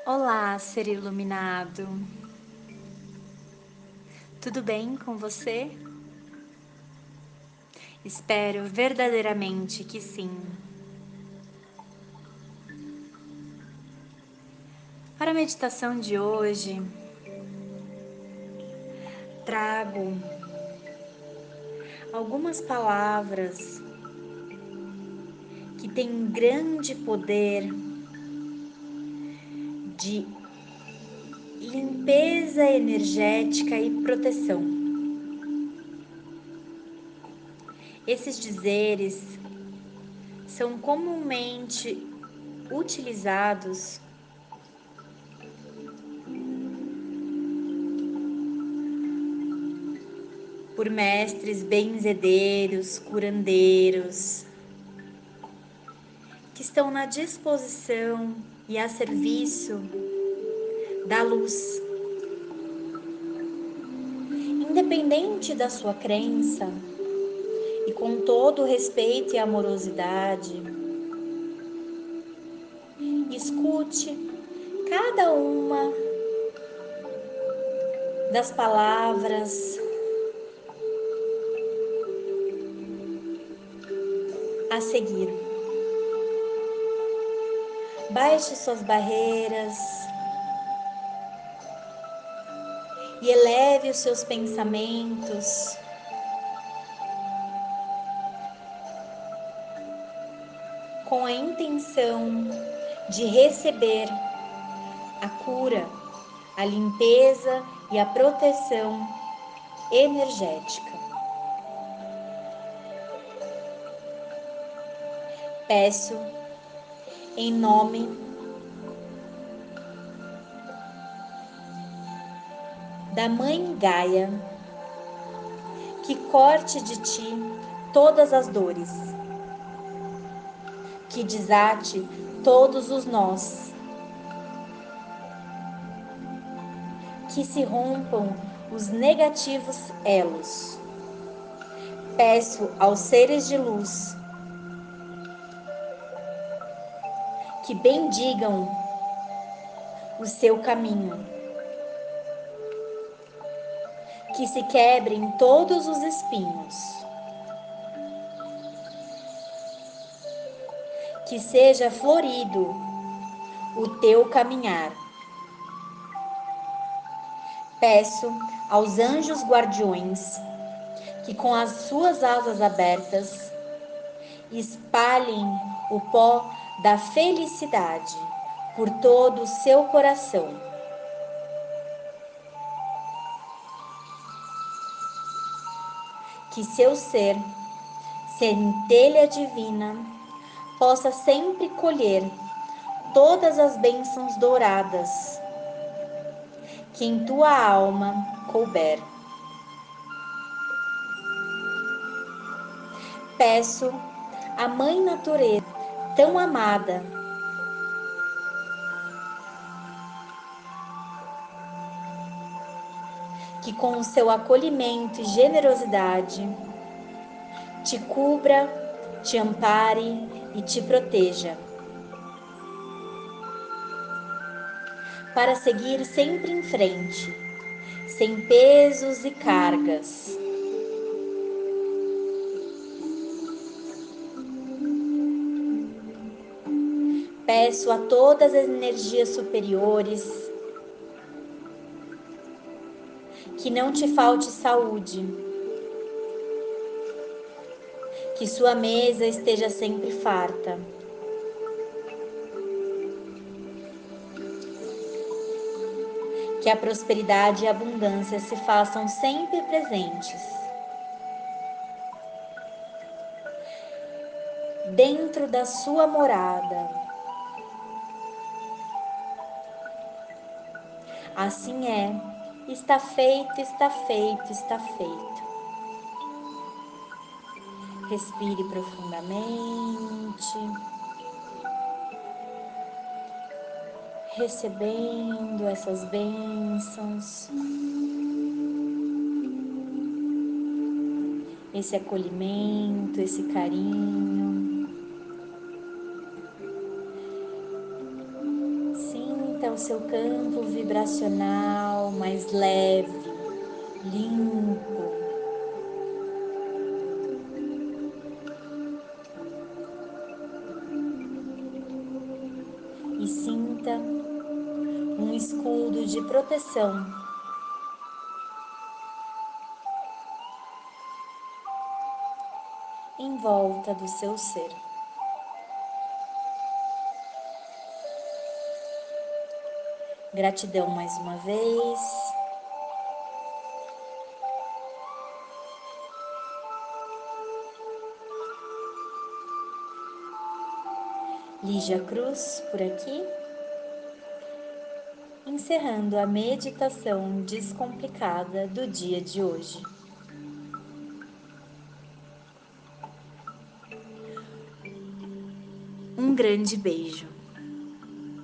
Olá, ser iluminado. Tudo bem com você? Espero verdadeiramente que sim. Para a meditação de hoje, trago algumas palavras que têm um grande poder de limpeza energética e proteção. Esses dizeres são comumente utilizados por mestres benzedeiros, curandeiros, que estão na disposição e a serviço da luz. Independente da sua crença, e com todo respeito e amorosidade, escute cada uma das palavras a seguir. Baixe suas barreiras e eleve os seus pensamentos com a intenção de receber a cura, a limpeza e a proteção energética. Peço em nome da Mãe Gaia que corte de ti todas as dores, que desate todos os nós, que se rompam os negativos elos. Peço aos seres de luz que bendigam o seu caminho, que se quebrem todos os espinhos, que seja florido o teu caminhar. Peço aos anjos guardiões que com as suas asas abertas espalhem o pó da felicidade por todo o seu coração. Que seu ser, centelha divina, possa sempre colher todas as bênçãos douradas que em tua alma couber. Peço à Mãe Natureza, tão amada, que com o seu acolhimento e generosidade te cubra, te ampare e te proteja, para seguir sempre em frente, sem pesos e cargas. Peço a todas as energias superiores que não te falte saúde, que sua mesa esteja sempre farta, que a prosperidade e a abundância se façam sempre presentes dentro da sua morada. Assim é, está feito, está feito, está feito. Respire profundamente, recebendo essas bênçãos, esse acolhimento, esse carinho. Sinta Sinta o seu campo vibracional mais leve, limpo. E sinta um escudo de proteção em volta do seu ser. Gratidão mais uma vez. Lígia Cruz por aqui, encerrando a meditação descomplicada do dia de hoje. Um grande beijo.